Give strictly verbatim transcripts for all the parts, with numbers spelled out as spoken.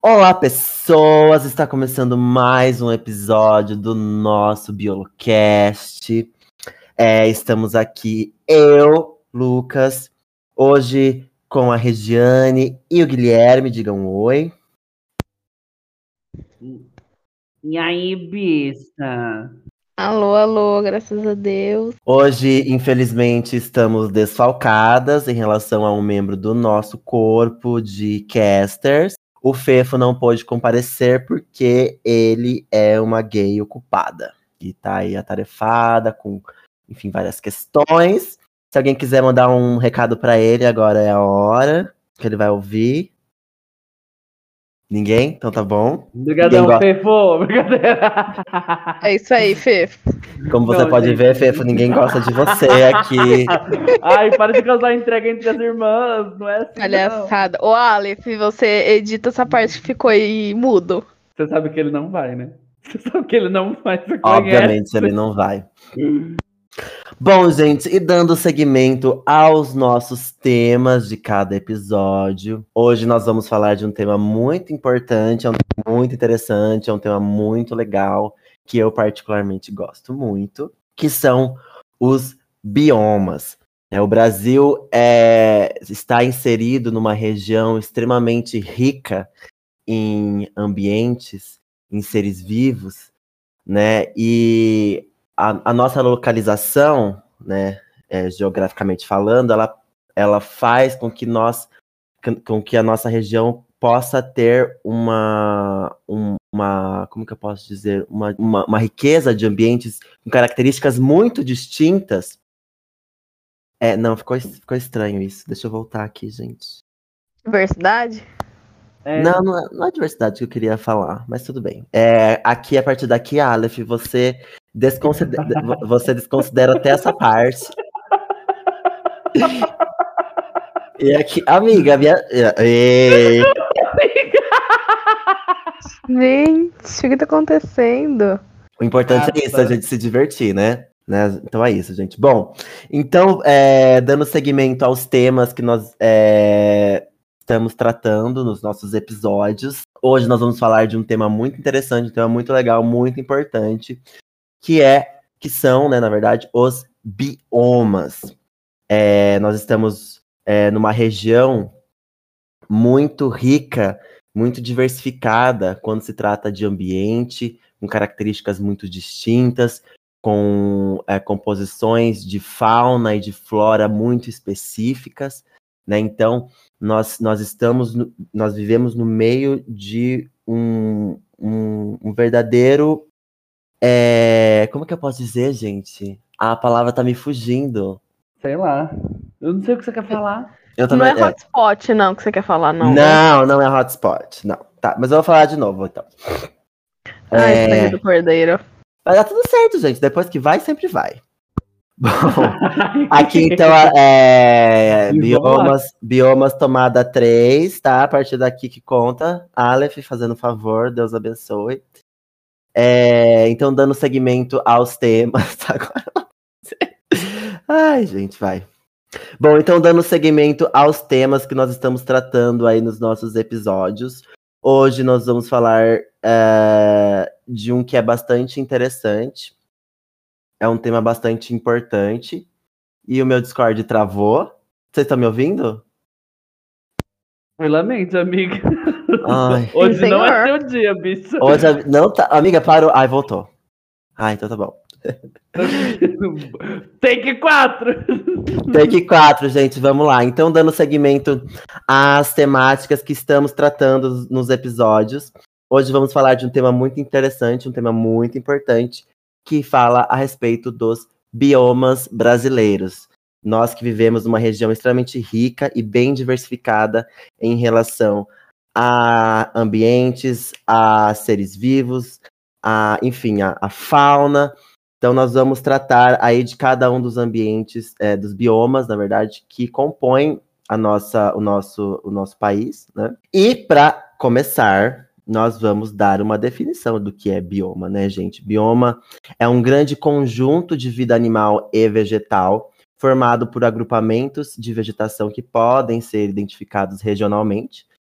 Olá, pessoas! Está começando mais um episódio do nosso Biolocast. É, estamos aqui, eu, Lucas, hoje com a Regiane e o Guilherme. Digam um oi. E aí, bicha? Alô, alô, graças a Deus. Hoje, infelizmente, estamos desfalcadas em relação a um membro do nosso corpo de casters. O Fefo não pôde comparecer porque ele é uma gay ocupada. E tá aí atarefada com, enfim, várias questões. Se alguém quiser mandar um recado pra ele, agora é a hora que ele vai ouvir. Ninguém? Então tá bom. Obrigadão, Ninguém gosta- Fefo. Brincadeira. É isso aí, Fê. Como você Não, pode gente. ver, Fefo, ninguém gosta de você aqui. Ai, para de causar entrega entre as irmãs. Não é assim, não. Palhaçada. Ô, Aleph, você edita essa parte que ficou aí mudo. Você sabe que ele não vai, né? Você sabe que ele não vai. Você Obviamente ele não vai. Bom, gente, e dando seguimento aos nossos temas de cada episódio, hoje nós vamos falar de um tema muito importante, é um tema muito interessante, é um tema muito legal, que eu particularmente gosto muito, que são os biomas. É, o Brasil é, está inserido numa região extremamente rica em ambientes, em seres vivos, né? E a, a nossa localização, né, é, geograficamente falando, ela, ela faz com que nós, com que a nossa região possa ter uma, um, uma como que eu posso dizer, uma, uma, uma riqueza de ambientes com características muito distintas. É, não, ficou, ficou estranho isso. Deixa eu voltar aqui, gente. Diversidade? É. Não, não é, não é diversidade que eu queria falar, mas tudo bem. É, aqui, a partir daqui, Aleph, você desconsidera, você desconsidera até essa parte. E aqui, amiga, minha. Ei, Gente, o que tá acontecendo? o importante é isso, a Nossa. gente se divertir, né? Né? Então é isso, gente. Bom, então, é, dando seguimento aos temas que nós é, estamos tratando nos nossos episódios, hoje nós vamos falar de um tema muito interessante, um tema muito legal, muito importante, que é, que são, né, na verdade, os biomas. É, nós estamos é, numa região muito rica, muito diversificada quando se trata de ambiente, com características muito distintas, com é, composições de fauna e de flora muito específicas, né? Então, nós, nós estamos, no, nós vivemos no meio de um, um, um verdadeiro, é, como que eu posso dizer, gente? A palavra tá me fugindo. Sei lá. Eu não sei o que você quer falar. Eu Não também, é hotspot, não, que você quer falar, não. Não, não é hotspot, não. Tá, mas eu vou falar de novo, então. Ai, É, sangue do cordeiro. Vai dar tudo certo, gente. Depois que vai, sempre vai. Bom, aqui então é E biomas, biomas tomada três, tá? A partir daqui que conta. Aleph, fazendo favor, Deus abençoe. É, então, dando seguimento aos temas. Agora... Ai, gente, vai. Bom, então, dando seguimento aos temas que nós estamos tratando aí nos nossos episódios. Hoje nós vamos falar é, de um que é bastante interessante. É um tema bastante importante. E o meu Discord travou. Vocês estão me ouvindo? Eu lamento, amiga. Ai. Hoje Sim, não é senhor. seu dia, bicho. Hoje, a- não tá. Amiga, parou. Ai, voltou. Ah, então tá bom. Take quatro. Take quatro, gente, vamos lá. Então, dando seguimento às temáticas que estamos tratando nos episódios. Hoje vamos falar de um tema muito interessante, um tema muito importante, que fala a respeito dos biomas brasileiros. Nós que vivemos numa região extremamente rica e bem diversificada em relação a ambientes, a seres vivos, a, enfim, a, a fauna. Então, nós vamos tratar aí de cada um dos ambientes, é, dos biomas, na verdade, que compõem a nossa, o, nosso, o nosso país, né? E, para começar, nós vamos dar uma definição do que é bioma, né, gente? Bioma é um grande conjunto de vida animal e vegetal, formado por agrupamentos de vegetação que podem ser identificados regionalmente,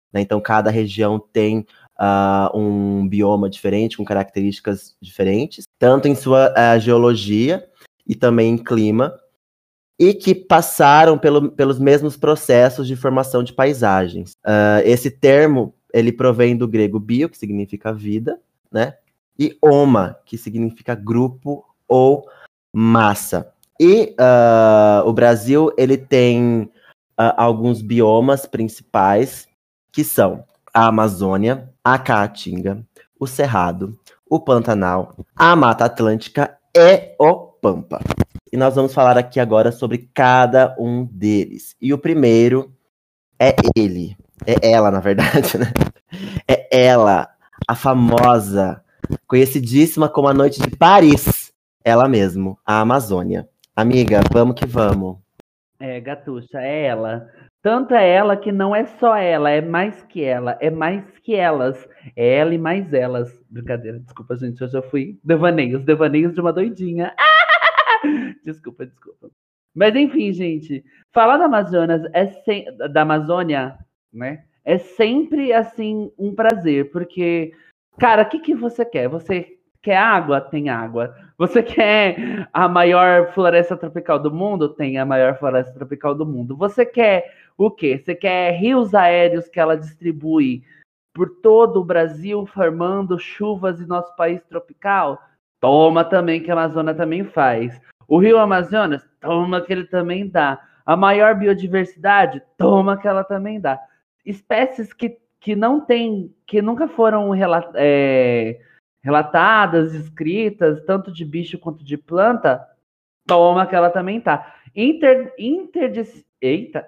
né? Então, cada região tem uh, um bioma diferente, com características diferentes, tanto em sua uh, geologia e também em clima, e que passaram pelo, pelos mesmos processos de formação de paisagens. Uh, esse termo, ele provém do grego bio, que significa vida, né? E oma, que significa grupo ou massa. E uh, o Brasil, ele tem uh, alguns biomas principais, que são a Amazônia, a Caatinga, o Cerrado, o Pantanal, a Mata Atlântica e o Pampa. E nós vamos falar aqui agora sobre cada um deles. E o primeiro é ele, é ela, na verdade, né? É ela, a famosa, conhecidíssima como a Noite de Paris, ela mesmo, a Amazônia. Amiga, vamos que vamos. É, Gatuxa, é ela. Tanto é ela que não é só ela, é mais que ela, é mais que elas. É ela e mais elas. Brincadeira, desculpa, gente, eu já fui devaneios, devaneios de uma doidinha. Desculpa, desculpa. Mas enfim, gente, falar da Amazonas é sem... da Amazônia, né? É sempre assim um prazer, porque, cara, o que, que você quer? Você quer água? Tem água. Você quer a maior floresta tropical do mundo? Tem a maior floresta tropical do mundo. Você quer o quê? Você quer rios aéreos que ela distribui por todo o Brasil, formando chuvas em nosso país tropical? Toma também, que a Amazônia também faz. O Rio Amazonas, toma que ele também dá. A maior biodiversidade, toma que ela também dá. Espécies que, que não tem, que nunca foram relat, é, relatadas, escritas, tanto de bicho quanto de planta, toma que ela também tá. Inter, inter, eita,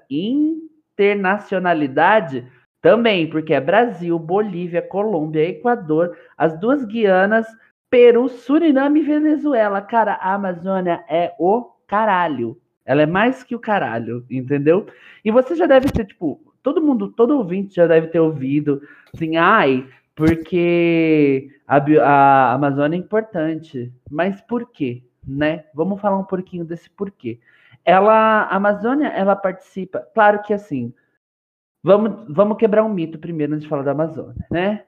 internacionalidade também, porque é Brasil, Bolívia, Colômbia, Equador, as duas Guianas, Peru, Suriname e Venezuela. Cara, a Amazônia é o caralho. Ela é mais que o caralho, entendeu? E você já deve ter, tipo, todo mundo, todo ouvinte já deve ter ouvido, assim, ai, porque a, a Amazônia é importante. Mas por quê, né? Vamos falar um pouquinho desse porquê. Ela, a Amazônia, ela participa, claro que assim, vamos, vamos quebrar um mito primeiro antes de falar da Amazônia, né?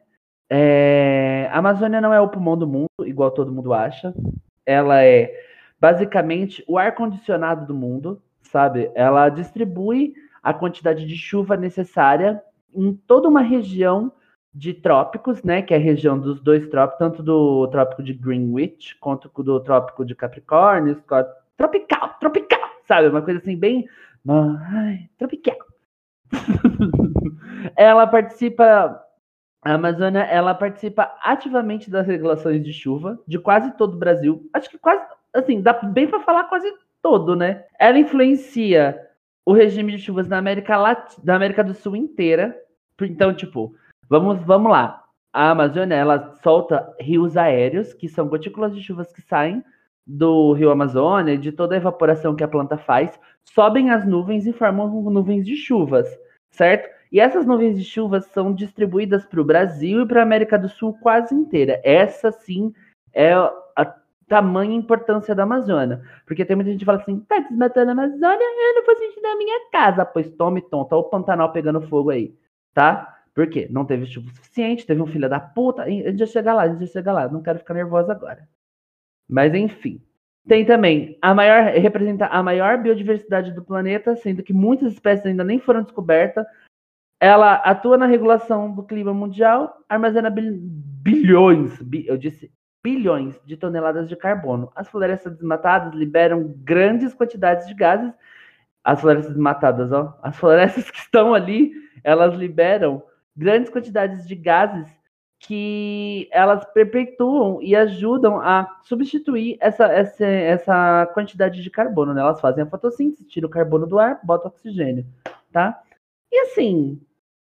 É, a Amazônia não é o pulmão do mundo, igual todo mundo acha. Ela é basicamente o ar-condicionado do mundo, sabe? Ela distribui a quantidade de chuva necessária em toda uma região de trópicos, né? Que é a região dos dois trópicos, tanto do trópico de Greenwich quanto do trópico de Capricórnio. Tropical, tropical, sabe? Uma coisa assim, bem. Ai, tropical. Ela participa. A Amazônia, ela participa ativamente das regulações de chuva de quase todo o Brasil. Acho que quase, assim, dá bem para falar quase todo, né? Ela influencia o regime de chuvas na América Latina, da América do Sul inteira. Então, tipo, vamos, vamos lá. A Amazônia, ela solta rios aéreos, que são gotículas de chuvas que saem do rio Amazônia, de toda a evaporação que a planta faz, sobem as nuvens e formam nuvens de chuvas, certo? E essas nuvens de chuvas são distribuídas para o Brasil e para a América do Sul quase inteira. Essa, sim, é a tamanha importância da Amazônia. Porque tem muita gente que fala assim, tá desmatando a Amazônia? Eu não vou sentir na minha casa. Pois tome, tonta, olha o Pantanal pegando fogo aí, tá? Por quê? Não teve chuva suficiente, teve um filho da puta. A gente já chega lá, a gente já chega lá. Não quero ficar nervosa agora. Mas, enfim. Tem também a maior, representa a maior biodiversidade do planeta, sendo que muitas espécies ainda nem foram descobertas. Ela atua na regulação do clima mundial, armazena bilhões, eu disse bilhões de toneladas de carbono. As florestas desmatadas liberam grandes quantidades de gases. As florestas desmatadas, ó, as florestas que estão ali, elas liberam grandes quantidades de gases que elas perpetuam e ajudam a substituir essa, essa, essa quantidade de carbono, né? Elas fazem a fotossíntese, tiram o carbono do ar, botam oxigênio, tá? E assim,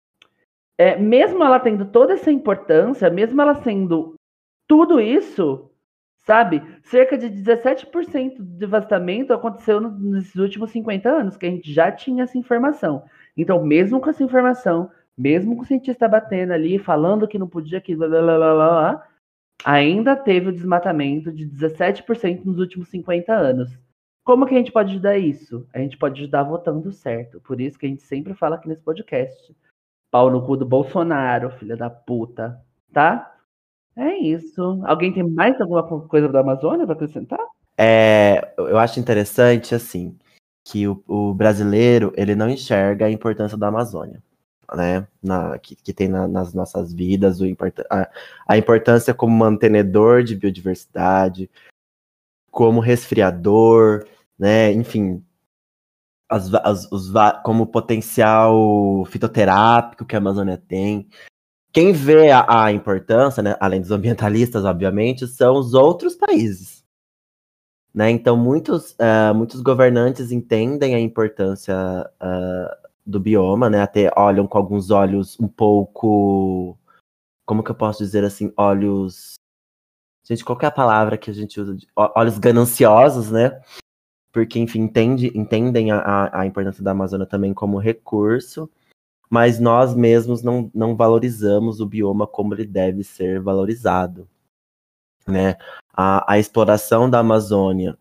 é, mesmo ela tendo toda essa importância, mesmo ela sendo tudo isso, sabe? Cerca de dezessete por cento do devastamento aconteceu no, nesses últimos cinquenta anos, que a gente já tinha essa informação. Então, mesmo com essa informação, mesmo com o cientista batendo ali, falando que não podia, que blá, blá, blá, blá, blá, ainda teve o desmatamento de dezessete por cento nos últimos cinquenta anos. Como que a gente pode ajudar isso? A gente pode ajudar votando certo. Por isso que a gente sempre fala aqui nesse podcast. Pau no cu do Bolsonaro, filha da puta. Tá? É isso. Alguém tem mais alguma coisa da Amazônia para acrescentar? É, eu acho interessante, assim, que o, o brasileiro, ele não enxerga a importância da Amazônia, né? Na, que, que tem na, nas nossas vidas, o import, a, a importância como mantenedor de biodiversidade, como resfriador, né? Enfim, as, as, os, como potencial fitoterápico que a Amazônia tem. Quem vê a, a importância, né, além dos ambientalistas, obviamente, são os outros países. Né? Então, muitos, uh, muitos governantes entendem a importância uh, do bioma, né? Até olham com alguns olhos um pouco... Como que eu posso dizer assim? Olhos... Gente, qual que é a palavra que a gente usa? Olhos gananciosos, né? Porque, enfim, entende, entendem a, a importância da Amazônia também como recurso, mas nós mesmos não, não valorizamos o bioma como ele deve ser valorizado. Né? A, a exploração da Amazônia,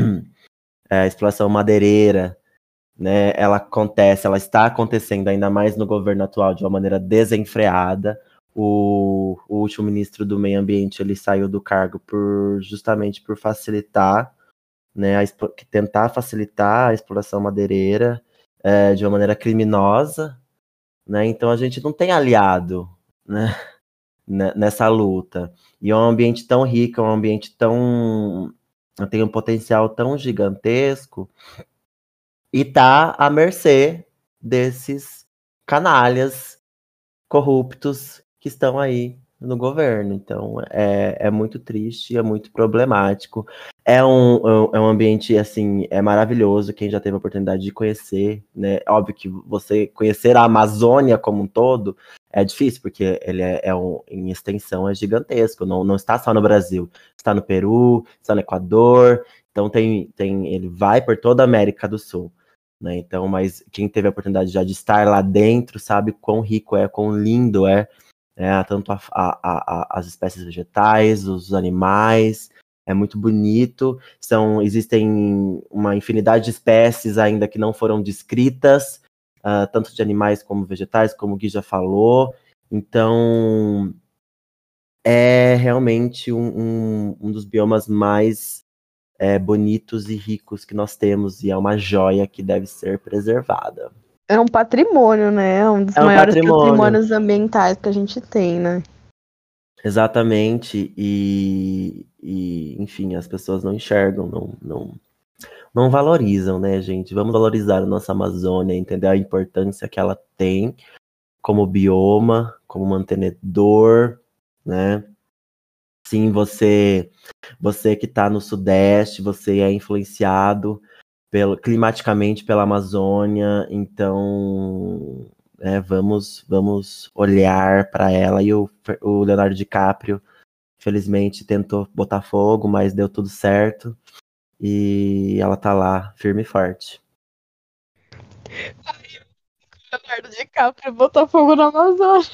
a exploração madeireira, né, ela acontece, ela está acontecendo ainda mais no governo atual de uma maneira desenfreada. O, o último ministro do Meio Ambiente ele saiu do cargo por justamente por facilitar, né, a, tentar facilitar a exploração madeireira é, de uma maneira criminosa, né? Então a gente não tem aliado, né, nessa luta. E é um ambiente tão rico, é um ambiente tão... tem um potencial tão gigantesco e tá à mercê desses canalhas corruptos que estão aí no governo. Então é, é muito triste, é muito problemático. É um, é um ambiente, assim, é maravilhoso, quem já teve a oportunidade de conhecer, né? Óbvio que você conhecer a Amazônia como um todo é difícil, porque ele é, é um, em extensão é gigantesco, não, não está só no Brasil, está no Peru, está no Equador, então tem, tem, ele vai por toda a América do Sul. Né? Então, mas quem teve a oportunidade já de estar lá dentro sabe quão rico é, quão lindo é, é tanto a, a, a, as espécies vegetais, os animais, é muito bonito. São, existem uma infinidade de espécies ainda que não foram descritas, uh, tanto de animais como vegetais, como o Gui já falou. Então, é realmente um, um, um dos biomas mais É, bonitos e ricos que nós temos, e é uma joia que deve ser preservada. É um patrimônio, né? É um dos É um maiores patrimônio. patrimônios ambientais que a gente tem, né? Exatamente, e, e enfim, as pessoas não enxergam, não, não, não valorizam, né, gente? Vamos valorizar a nossa Amazônia, entender a importância que ela tem como bioma, como mantenedor, né? Sim, você, você que está no Sudeste, você é influenciado pelo, climaticamente pela Amazônia, então é, vamos, vamos olhar para ela. E o, o Leonardo DiCaprio, felizmente, tentou botar fogo, mas deu tudo certo. E ela tá lá, firme e forte. Leonardo DiCaprio botou fogo na Amazônia.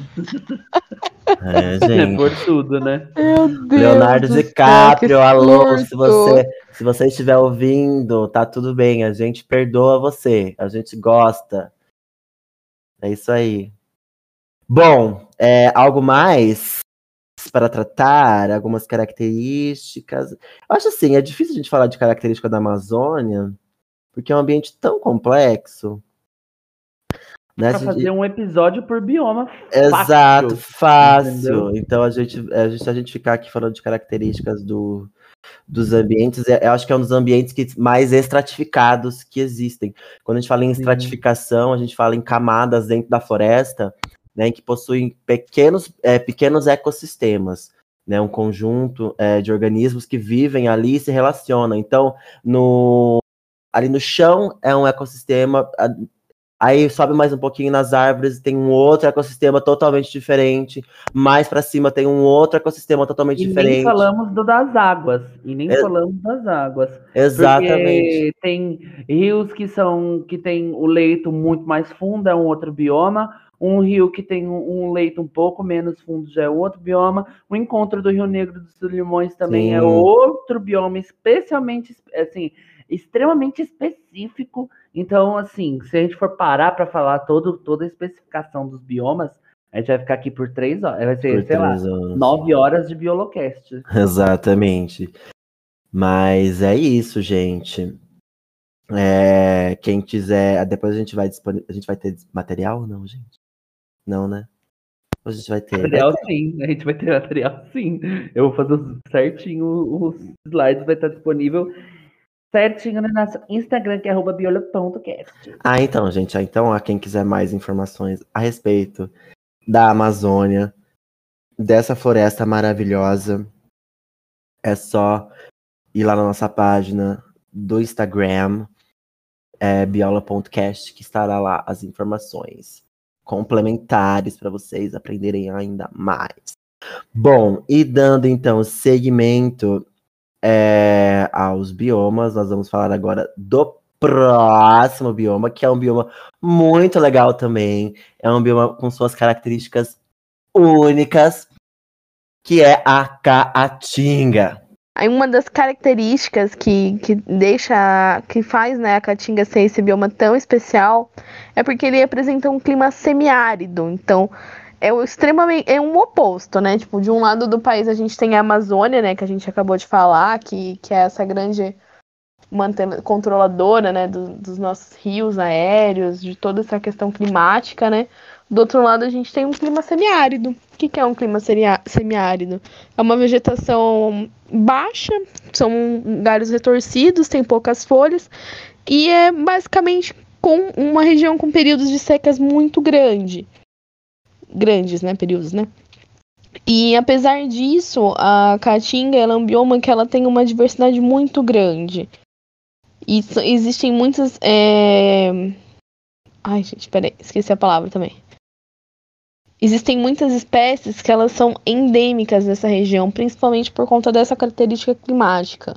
É, gente. É por tudo, né? Meu Deus Leonardo do DiCaprio, céu, alô, se você, se você estiver ouvindo, tá tudo bem, a gente perdoa você, a gente gosta. É isso aí. Bom, é, algo mais para tratar, algumas características. Eu acho assim, é difícil a gente falar de característica da Amazônia, porque é um ambiente tão complexo. Né? Pra fazer um episódio por bioma. Exato, fácil. Entendeu? Então a gente, a gente, a gente ficar aqui falando de características do, dos ambientes, eu acho que é um dos ambientes que, mais estratificados que existem. Quando a gente fala em estratificação, a gente fala em camadas dentro da floresta, né, que possuem pequenos, é, pequenos ecossistemas, né, um conjunto é, de organismos que vivem ali e se relacionam. Então, no, ali no chão é um ecossistema, aí sobe mais um pouquinho nas árvores, tem um outro ecossistema totalmente diferente. Mais para cima tem um outro ecossistema totalmente e diferente. Nem falamos do das águas. E nem é... falamos das águas. Exatamente. Porque tem rios que são que tem o leito muito mais fundo, é um outro bioma. Um rio que tem um leito um pouco menos fundo já é outro bioma. O encontro do Rio Negro dos Limões também Sim. é outro bioma, especialmente assim, extremamente específico. Então, assim, se a gente for parar para falar todo, toda a especificação dos biomas, a gente vai ficar aqui por três horas. Vai ser, Por sei lá, três anos. nove horas de Biolocast. Exatamente. Mas é isso, gente. É, quem quiser, depois a gente vai dispon... a gente vai ter material ou não, gente? Não, né? A gente vai ter. Material vai ter. sim, a gente vai ter material sim. Eu vou fazer certinho os slides, vai estar disponível certinho no nosso Instagram, que é arroba biolo ponto cast. Ah, então, gente. Então, a quem quiser mais informações a respeito da Amazônia, dessa floresta maravilhosa, é só ir lá na nossa página do Instagram, é biola ponto cast, que estará lá as informações complementares para vocês aprenderem ainda mais. Bom, e dando então seguimento é, aos biomas, nós vamos falar agora do próximo bioma, que é um bioma muito legal também. É um bioma com suas características únicas, que é a Caatinga. Aí uma das características que, que deixa, que faz, né, a Caatinga ser esse bioma tão especial é porque ele apresenta um clima semiárido. Então, é o extremamente, é um oposto, né? Tipo, de um lado do país a gente tem a Amazônia, né, que a gente acabou de falar, que, que é essa grande manten- controladora, né, do, dos nossos rios aéreos, de toda essa questão climática, né? Do outro lado a gente tem um clima semiárido. O que, que é um clima seria- semiárido? É uma vegetação baixa, são galhos retorcidos, tem poucas folhas e é basicamente com uma região com períodos de secas muito grande, grandes, né, períodos, né? E apesar disso, a Caatinga ela é um bioma que ela tem uma diversidade muito grande. E so- existem muitas. é, Ai, gente, peraí, esqueci a palavra também. Existem muitas espécies que elas são endêmicas dessa região, principalmente por conta dessa característica climática.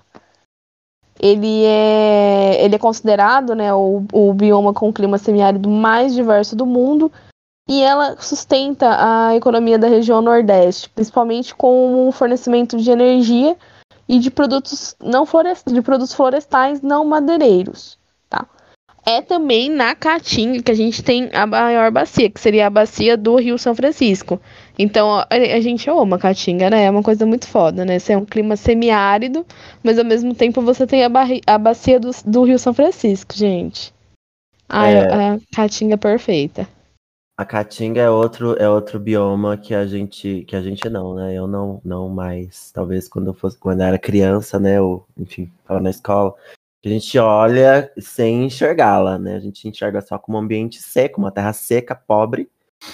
Ele é, ele é considerado, né, o, o bioma com o clima semiárido mais diverso do mundo e ela sustenta a economia da região Nordeste, principalmente com o fornecimento de energia e de produtos não florestais, de produtos florestais não madeireiros, tá? É também na Caatinga que a gente tem a maior bacia, que seria a bacia do Rio São Francisco. Então, a, a gente ama a Caatinga, né? É uma coisa muito foda, né? Você é um clima semiárido, mas ao mesmo tempo você tem a, barri- a bacia do, do Rio São Francisco, gente. Ai, É, a Caatinga é perfeita. a Caatinga é outro, é outro bioma que a gente, que a gente não, né? Eu não, não mais. Talvez quando eu fosse, quando eu era criança, né? Ou, enfim, estava na escola, que a gente olha sem enxergá-la, né? A gente enxerga só como um ambiente seco, uma terra seca, pobre,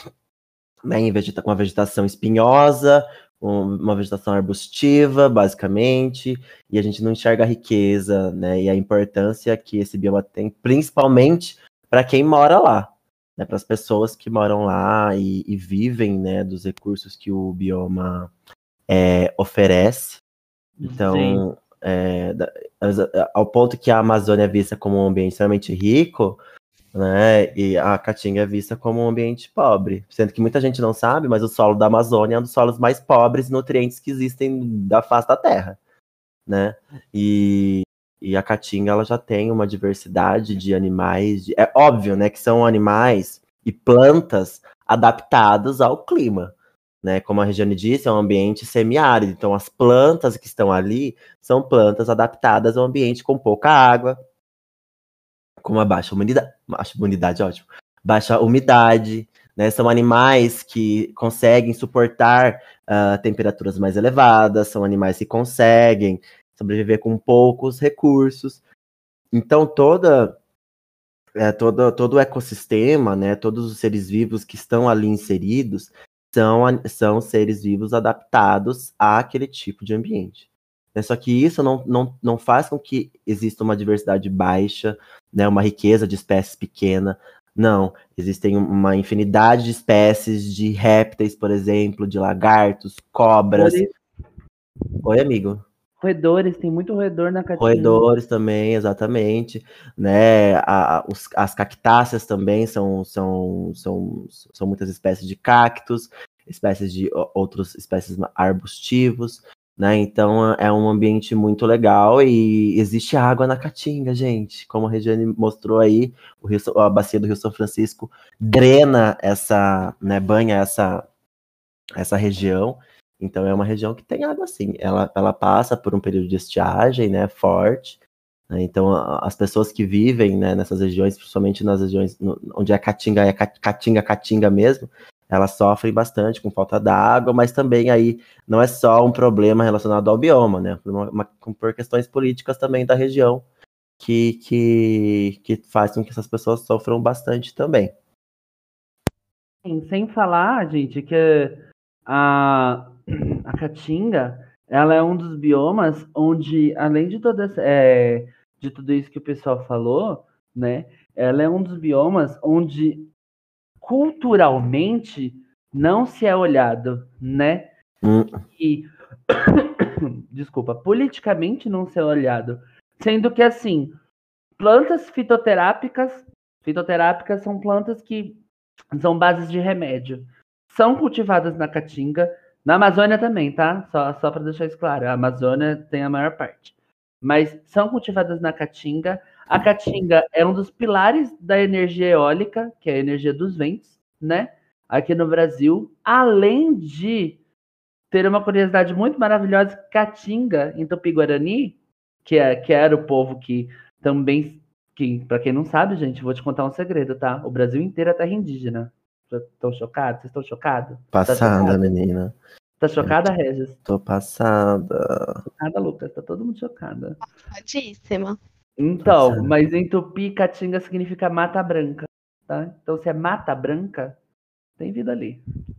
né? Em vegeta, com uma vegetação espinhosa, um- uma vegetação arbustiva, basicamente, e a gente não enxerga a riqueza, né? E a importância que esse bioma tem, principalmente para quem mora lá, né? Para as pessoas que moram lá e, e vivem, né? Dos recursos que o bioma é, oferece. Sim. Então, é, da- as- ao ponto que a Amazônia é vista como um ambiente extremamente rico, né? E a Caatinga é vista como um ambiente pobre. Sendo que muita gente não sabe, mas o solo da Amazônia é um dos solos mais pobres e nutrientes que existem da face da Terra, né? E, e a Caatinga ela já tem uma diversidade de animais. de- É óbvio, né, que são animais e plantas adaptados ao clima. Né, como a Regiane disse, é um ambiente semiárido. Então, as plantas que estão ali são plantas adaptadas a um ambiente com pouca água, com uma baixa umidade, baixa umidade, ótimo, baixa umidade, né? São animais que conseguem suportar uh, temperaturas mais elevadas, são animais que conseguem sobreviver com poucos recursos. Então, toda, é, toda, todo o ecossistema, né? Todos os seres vivos que estão ali inseridos são, são seres vivos adaptados àquele tipo de ambiente. Só que isso não, não, não faz com que exista uma diversidade baixa, né, uma riqueza de espécies pequena. Não, existem uma infinidade de espécies de répteis, por exemplo, de lagartos, cobras. Roedores, Oi, amigo. roedores, tem muito roedor na Caatinga. Roedores também, exatamente. Né? A- a- os- as cactáceas também são, são, são, são muitas espécies de cactos, espécies de o- outras espécies arbustivos. né? Então é um ambiente muito legal e existe água na Caatinga, gente. Como a Regiane mostrou aí, o Rio, a bacia do Rio São Francisco drena essa, né, banha essa, essa região. Então é uma região que tem água sim. Ela, ela passa por um período de estiagem, né, forte. Né? Então a, as pessoas que vivem, né, nessas regiões, principalmente nas regiões no, onde a Caatinga é Caatinga, Caatinga mesmo, elas sofrem bastante com falta d'água, mas também aí não é só um problema relacionado ao bioma, né? Uma, uma, por questões políticas também da região que, que, que faz com que essas pessoas sofram bastante também. Sim, sem falar, gente, que a, a Caatinga, ela é um dos biomas onde, além de, toda, é, de tudo isso que o pessoal falou, né? Ela é um dos biomas onde culturalmente não se é olhado, né? Hum. E desculpa, politicamente não se é olhado, sendo que assim, plantas fitoterápicas, fitoterápicas são plantas que são bases de remédio, são cultivadas na Caatinga, na Amazônia também, tá? Só só para deixar isso claro, a Amazônia tem a maior parte, mas são cultivadas na Caatinga. A Caatinga é um dos pilares da energia eólica, que é a energia dos ventos, né? Aqui no Brasil, além de ter uma curiosidade muito maravilhosa, Caatinga, em Tupi-Guarani, que, é, que era o povo que também, que, para quem não sabe, gente, vou te contar um segredo, tá? O Brasil inteiro é terra indígena. Estão chocados? Vocês estão chocados? Passada, tá menina. Tá chocada, Regis? Tô passada. Chocada, Lucas. Tá todo mundo chocada. Passadíssima. Então, Passada. mas em Tupi, Caatinga significa mata branca, tá? Então, se é mata branca, tem vida ali.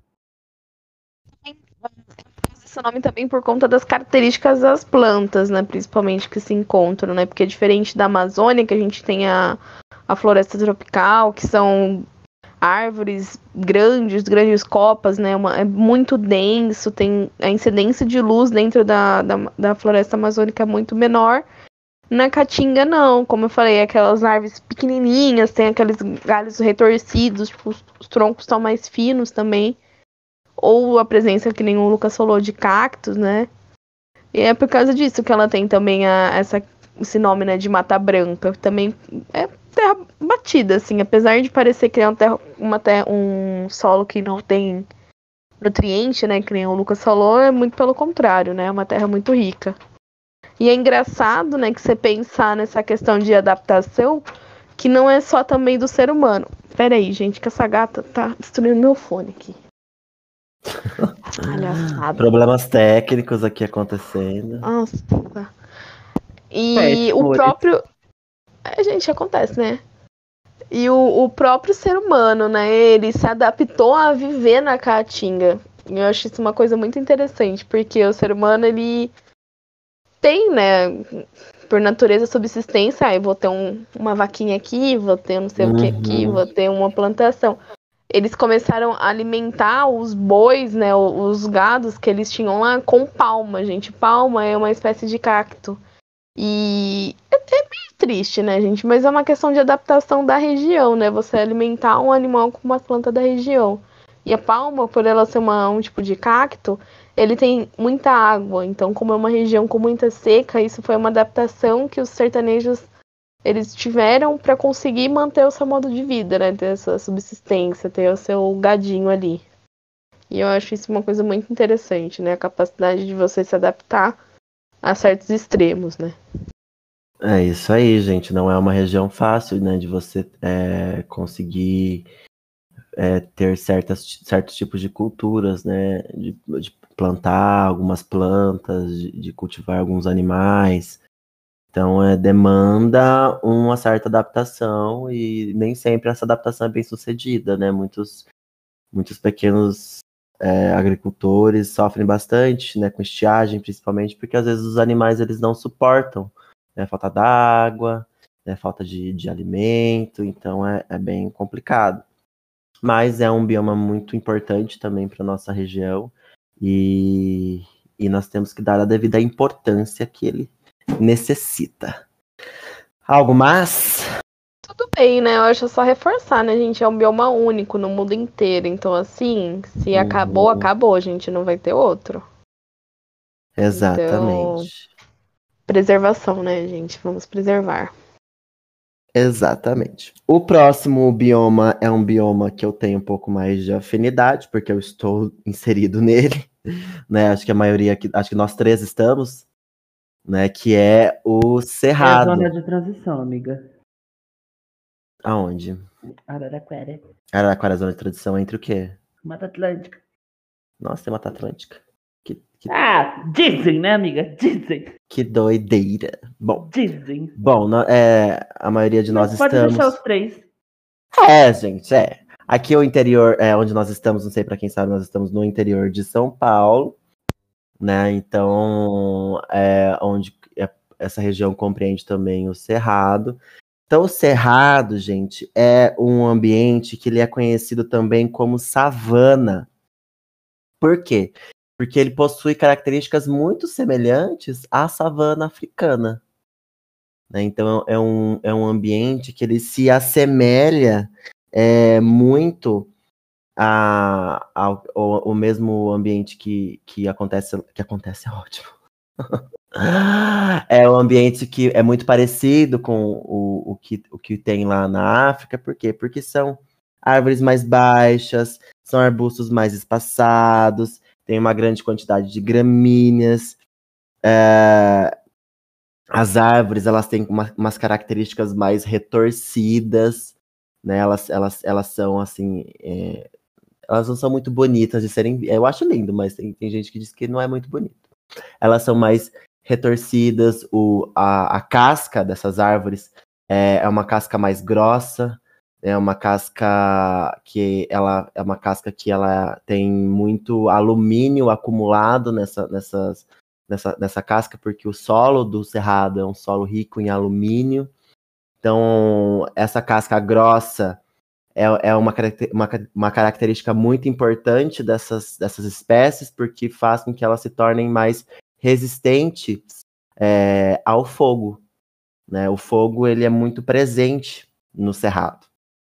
Esse nome também por conta das características das plantas, né? Principalmente que se encontram, né? Porque é diferente da Amazônia, que a gente tem a, a floresta tropical, que são árvores grandes, grandes copas, né? Uma, é muito denso, tem a incidência de luz dentro da, da, da floresta amazônica é muito menor. Na Caatinga, não. Como eu falei, aquelas árvores pequenininhas, tem aqueles galhos retorcidos, tipo, os troncos estão mais finos também. Ou a presença, que nem o Lucas falou, de cactos, né? E é por causa disso que ela tem também a, essa, esse nome, né, de Mata Branca. Também é terra batida, assim. Apesar de parecer que é uma terra, uma terra, um solo que não tem nutriente, né, que nem o Lucas falou, é muito pelo contrário, né? É uma terra muito rica. E é engraçado, né, que você pensar nessa questão de adaptação, que não é só também do ser humano. Pera aí, gente, que essa gata tá destruindo meu fone aqui. Palhaçada. Problemas técnicos aqui acontecendo. Nossa. E é, o próprio... A gente, acontece, né? E o, o próprio ser humano, né? Ele se adaptou a viver na Caatinga. Eu acho isso uma coisa muito interessante, porque o ser humano, ele tem, né, por natureza, subsistência. Aí, ah, vou ter um, uma vaquinha aqui, vou ter não sei uhum. o que aqui, vou ter uma plantação. Eles começaram a alimentar os bois, né, os gados que eles tinham lá com palma, gente. Palma é uma espécie de cacto. E é, é meio triste, né, gente? Mas é uma questão de adaptação da região, né? Você alimentar um animal com uma planta da região. E a palma, por ela ser uma, um tipo de cacto, ele tem muita água. Então, como é uma região com muita seca, isso foi uma adaptação que os sertanejos eles tiveram para conseguir manter o seu modo de vida, né? Ter a sua subsistência, ter o seu gadinho ali. E eu acho isso uma coisa muito interessante, né? A capacidade de você se adaptar a certos extremos, né? É isso aí, gente. Não é uma região fácil, né? De você é, conseguir é, ter certas, certos tipos de culturas, né? De, de plantar algumas plantas, de, de cultivar alguns animais. Então, é, demanda uma certa adaptação e nem sempre essa adaptação é bem sucedida, né? Muitos, muitos pequenos é, agricultores sofrem bastante, né? Com estiagem, principalmente, porque às vezes os animais eles não suportam, né? Falta d'água, né? Falta de, de alimento, então é, é bem complicado. Mas é um bioma muito importante também para a nossa região e, e nós temos que dar a devida importância que ele necessita. Algo mais? Tudo bem, né? Eu acho só reforçar, né, gente? É um bioma único no mundo inteiro. Então, assim, se uhum. acabou, acabou, gente. Não vai ter outro. Exatamente. Então, preservação, né, gente? Vamos preservar. Exatamente. O próximo bioma é um bioma que eu tenho um pouco mais de afinidade, porque eu estou inserido nele, né? Acho que a maioria aqui, acho que nós três estamos, né? Que é o É a Cerrado. zona de transição, amiga. Aonde? Araraquara. Araraquara, a zona de transição entre o quê? Mata Atlântica. Nossa, tem Mata Atlântica. Que, que, Ah, dizem, né, amiga? Dizem. que doideira. Bom, Dizem. bom, nó- é, a maioria de nós Mas pode estamos. deixar os três. É, gente, é. Aqui é o interior, é onde nós estamos, não sei pra quem sabe, nós estamos no interior de São Paulo, né? Então, é onde é- essa região compreende também o Cerrado. Então, o Cerrado, gente, é um ambiente que ele é conhecido também como savana. Por quê? Porque ele possui características muito semelhantes à savana africana, né? Então, é um, é um ambiente que ele se assemelha é, muito a, ao, ao, ao mesmo ambiente que, que acontece, que acontece é ótimo. É um ambiente que é muito parecido com o, o, que, o que tem lá na África. Por quê? Porque são árvores mais baixas, são arbustos mais espaçados, tem uma grande quantidade de gramíneas. É, as árvores, elas têm uma, umas características mais retorcidas, né? Elas, elas, elas são, assim... É, elas não são muito bonitas de serem... Eu acho lindo, mas tem, tem gente que diz que não é muito bonito. Elas são mais retorcidas, o, a, a casca dessas árvores é, é uma casca mais grossa, é uma casca que ela é uma casca que ela tem muito alumínio acumulado nessa, nessas, nessa, nessa casca, porque o solo do cerrado é um solo rico em alumínio. Então, essa casca grossa é, é uma, uma, uma característica muito importante dessas, dessas espécies, porque faz com que elas se tornem mais resistentes é, ao fogo, né? O fogo ele é muito presente no cerrado.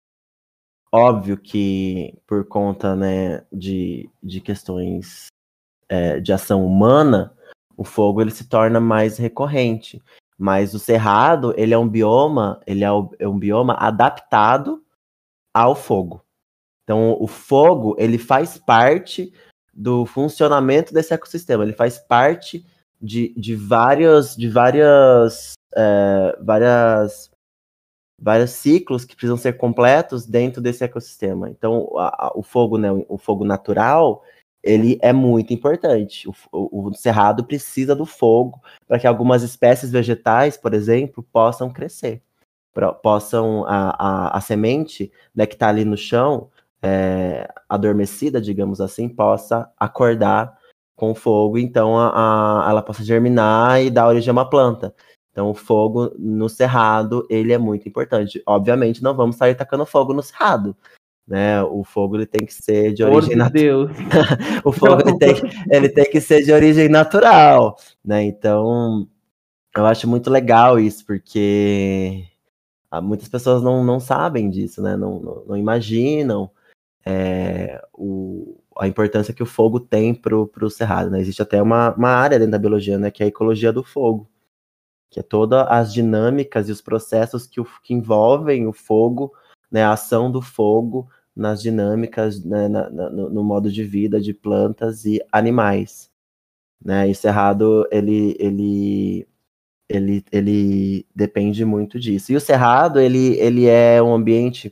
Óbvio que por conta, né, de, de questões é, de ação humana, o fogo ele se torna mais recorrente. Mas o cerrado ele é um bioma, ele é um bioma adaptado ao fogo. Então, o fogo, ele faz parte do funcionamento desse ecossistema. Ele faz parte de, de vários, de várias, é, várias, vários ciclos que precisam ser completos dentro desse ecossistema. Então, a, a, o fogo, né, o fogo natural, ele é muito importante. O, o, o cerrado precisa do fogo para que algumas espécies vegetais, por exemplo, possam crescer. Possam, a, a, a semente, né, que está ali no chão, é, adormecida, digamos assim, possa acordar com o fogo, então a, a, ela possa germinar e dar origem a uma planta. Então o fogo no cerrado, ele é muito importante. Obviamente não vamos sair tacando fogo no cerrado, né? O fogo ele tem que ser de origem natural. O fogo ele tem, ele tem que ser de origem natural, né? Então eu acho muito legal isso, porque muitas pessoas não, não sabem disso, né? Não, não, não imaginam é, o, a importância que o fogo tem pro, pro cerrado, né? Existe até uma, uma área dentro da biologia, né? Que é a ecologia do fogo, que é todas as dinâmicas e os processos que, o, que envolvem o fogo, né? A ação do fogo nas dinâmicas, né? na, na, no, no modo de vida de plantas e animais, né? E o cerrado, ele... ele Ele, ele depende muito disso. E o cerrado, ele, ele é um ambiente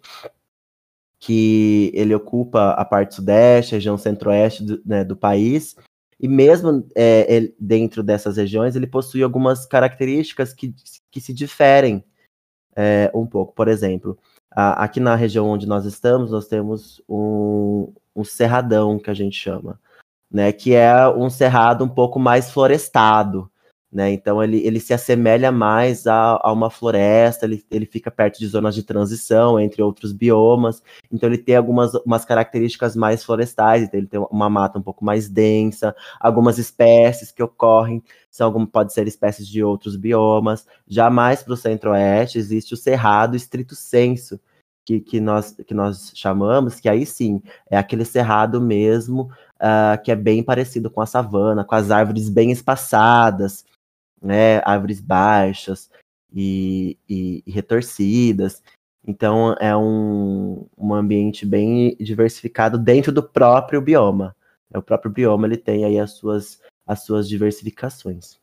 que ele ocupa a parte sudeste, a região centro-oeste do, né, do país, e mesmo é, ele, dentro dessas regiões, ele possui algumas características que, que se diferem é, um pouco. Por exemplo, a, aqui na região onde nós estamos, nós temos um, um cerradão, que a gente chama, né, que é um cerrado um pouco mais florestado, né? Então ele, ele se assemelha mais a, a uma floresta, ele, ele fica perto de zonas de transição entre outros biomas, então ele tem algumas umas características mais florestais, então ele tem uma mata um pouco mais densa, algumas espécies que ocorrem, são algum, pode ser espécies de outros biomas. Já mais para o centro-oeste existe o cerrado estrito sensu, que, que, nós, que nós chamamos, que aí sim, é aquele cerrado mesmo, uh, que é bem parecido com a savana, com as árvores bem espaçadas, né, árvores baixas e, e, e retorcidas. Então é um, um ambiente bem diversificado dentro do próprio bioma. O próprio bioma ele tem aí as suas, as suas diversificações.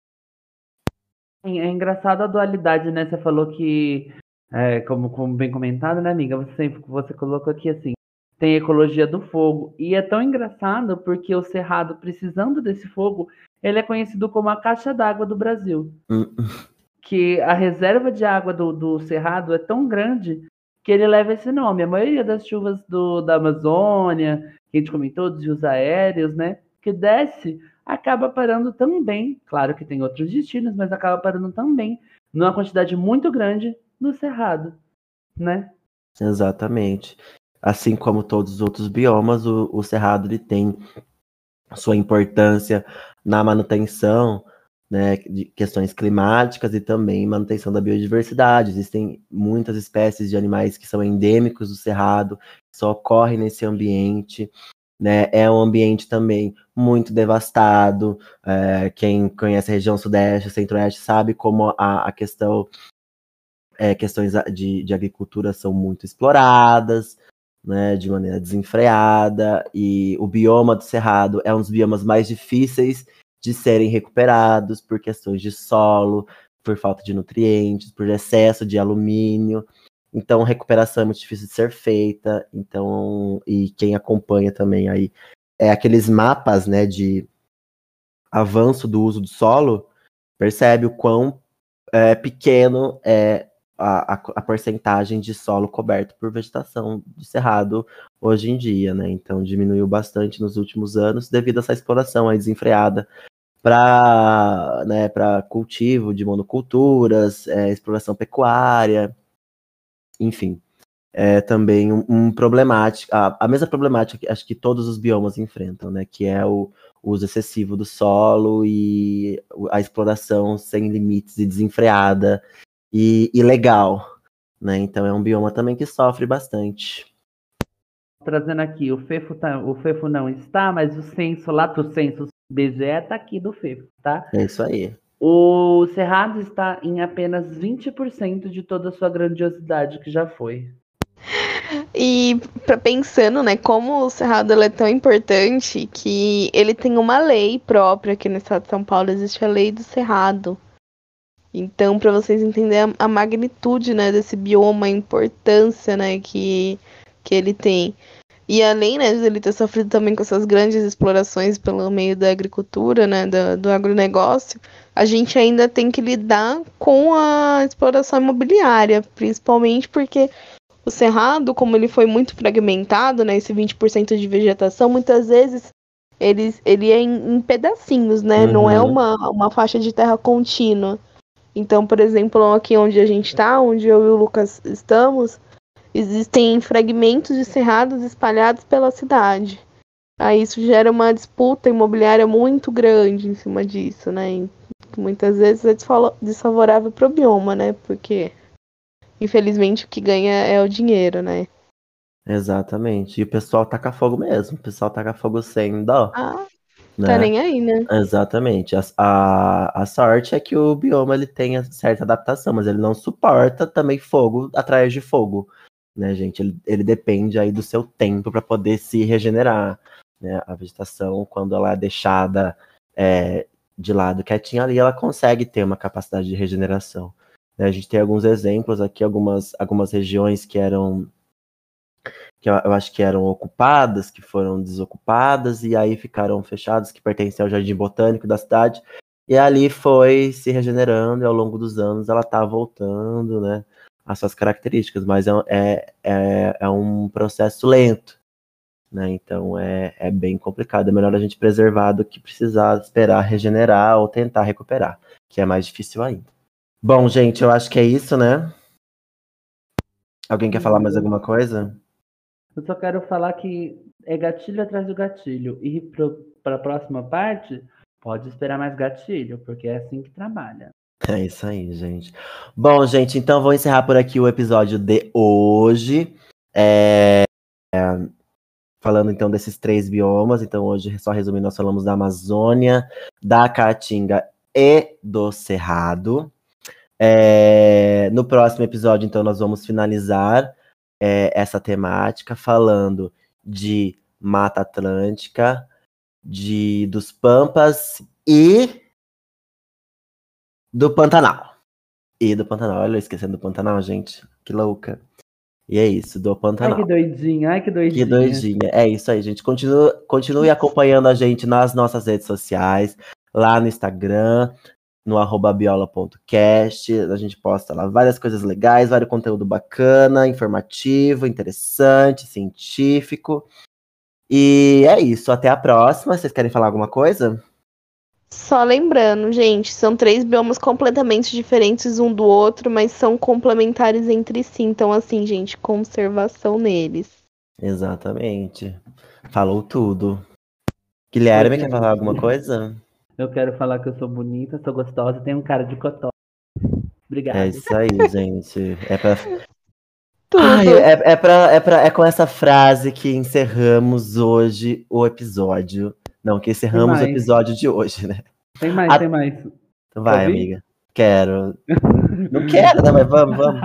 É engraçado a dualidade, né? Você falou que, é, como, como bem comentado, né, amiga? Você, você colocou aqui assim, tem a ecologia do fogo. E é tão engraçado porque o Cerrado, precisando desse fogo, ele é conhecido como a caixa d'água do Brasil. Hum. Que a reserva de água do, do Cerrado é tão grande que ele leva esse nome. A maioria das chuvas do, da Amazônia, que a gente comentou, dos rios aéreos, né? Que desce, acaba parando também, claro que tem outros destinos, mas acaba parando também, numa quantidade muito grande, no Cerrado, né? Exatamente. Assim como todos os outros biomas, o, o Cerrado ele tem sua importância na manutenção, né, de questões climáticas e também manutenção da biodiversidade. Existem muitas espécies de animais que são endêmicos do Cerrado, que só ocorrem nesse ambiente. Né, é um ambiente também muito devastado. É, quem conhece a região sudeste, centro-oeste, sabe como a, a questão, é, questões de, de agricultura são muito exploradas, né, de maneira desenfreada, e o bioma do Cerrado é um dos biomas mais difíceis de serem recuperados por questões de solo, por falta de nutrientes, por excesso de alumínio. Então, recuperação é muito difícil de ser feita. Então, e quem acompanha também aí é aqueles mapas, né, de avanço do uso do solo, percebe o quão é, pequeno é a, a, a porcentagem de solo coberto por vegetação do cerrado hoje em dia, né? Então, diminuiu bastante nos últimos anos devido a essa exploração aí desenfreada para, né, para cultivo de monoculturas, é, exploração pecuária, enfim. É também um, um problemático, a, a mesma problemática que acho que todos os biomas enfrentam, né? Que é o, o uso excessivo do solo e a exploração sem limites e desenfreada e ilegal, né? Então é um bioma também que sofre bastante. Trazendo aqui, o FEFO, tá, o FEFO não está, mas o censo, lato censo B G E tá aqui do FEFO, tá? É isso aí. O Cerrado está em apenas vinte por cento de toda a sua grandiosidade que já foi. E pra, pensando, né, como o Cerrado ele é tão importante que ele tem uma lei própria aqui no estado de São Paulo, existe a lei do Cerrado. Então, para vocês entenderem a, a magnitude, né, desse bioma, a importância, né, que, que ele tem. E além, né, de ele ter sofrido também com essas grandes explorações pelo meio da agricultura, né, do, do agronegócio, a gente ainda tem que lidar com a exploração imobiliária, principalmente porque o Cerrado, como ele foi muito fragmentado, né, esse vinte por cento de vegetação, muitas vezes ele, ele é em, em pedacinhos, né, Uhum. não é uma, uma faixa de terra contínua. Então, por exemplo, aqui onde a gente está, onde eu e o Lucas estamos, existem fragmentos de cerrados espalhados pela cidade. Aí isso gera uma disputa imobiliária muito grande em cima disso, né? E muitas vezes é desfavorável para o bioma, né? Porque, infelizmente, o que ganha é o dinheiro, né? Exatamente. E o pessoal taca fogo mesmo. O pessoal taca fogo sem dó. Ah, né? tá nem aí, né? Exatamente. A, a, a sorte é que o bioma ele tem certa adaptação, mas ele não suporta também fogo atrás de fogo, né, gente? Ele, ele depende aí do seu tempo para poder se regenerar, né? A vegetação, quando ela é deixada é, de lado quietinha ali, ela consegue ter uma capacidade de regeneração. Né? A gente tem alguns exemplos aqui, algumas, algumas regiões que eram que eu, eu acho que eram ocupadas, que foram desocupadas, e aí ficaram fechadas, que pertencem ao Jardim Botânico da cidade, e ali foi se regenerando, e ao longo dos anos ela tá voltando, né, às suas características, mas é, é, é, é um processo lento, né, então é, é bem complicado, é melhor a gente preservar do que precisar esperar regenerar ou tentar recuperar, que é mais difícil ainda. Bom, gente, eu acho que é isso, né? Alguém quer falar mais alguma coisa? Eu só quero falar que é gatilho atrás do gatilho. E para a próxima parte, pode esperar mais gatilho, porque é assim que trabalha. É isso aí, gente. Bom, gente, então vou encerrar por aqui o episódio de hoje. É... Falando então desses três biomas. Então hoje, só resumindo, nós falamos da Amazônia, da Caatinga e do Cerrado. É... No próximo episódio, então, nós vamos finalizar é, essa temática falando de Mata Atlântica, de, dos Pampas e do Pantanal. E do Pantanal. Olha, eu esquecendo do Pantanal, gente. Que louca. E é isso, do Pantanal. Ai, que doidinha, ai, que doidinha. Que doidinha. É isso aí, gente. Continue, continue acompanhando a gente nas nossas redes sociais, lá no Instagram, no arroba biola ponto cast. A gente posta lá várias coisas legais, vários conteúdo bacana, informativo, interessante, científico. E é isso. Até a próxima. Vocês querem falar alguma coisa? Só lembrando, gente, são três biomas completamente diferentes um do outro, mas são complementares entre si. Então, assim, gente, conservação neles. Exatamente. Falou tudo. Guilherme, Oi, quer falar alguma coisa? Eu quero falar que eu sou bonita, sou gostosa, tenho um cara de cotó. Obrigada. É isso aí, gente. É pra... Tudo. Ai, é, é, pra, é, pra, é com essa frase que encerramos hoje o episódio. Não, que encerramos o mais. episódio de hoje, né? Tem mais, A- tem mais. Vai, Quer vir? amiga. Quero. Não quero, né? Mas vamos, vamos.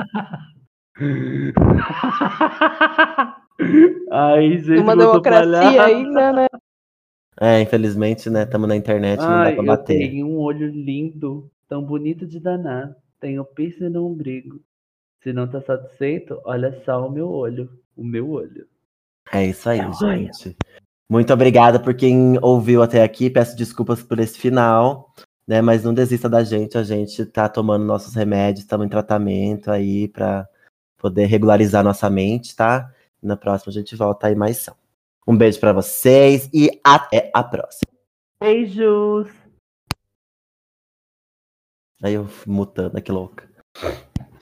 Ai, gente, Uma eu tô democracia palhaça. ainda, né? É, infelizmente, né? Estamos na internet, não dá Ai, pra eu bater. tenho um olho lindo, tão bonito de danar. Tenho piercing no umbigo. Se não tá satisfeito, olha só o meu olho. O meu olho. É isso aí, Olha. gente. Muito obrigada por quem ouviu até aqui. Peço desculpas por esse final, né? Mas não desista da gente. A gente tá tomando nossos remédios, estamos em tratamento aí pra poder regularizar nossa mente, tá? E na próxima a gente volta aí mais são. Um beijo pra vocês e até a próxima. Beijos! Aí eu mutando, que louca.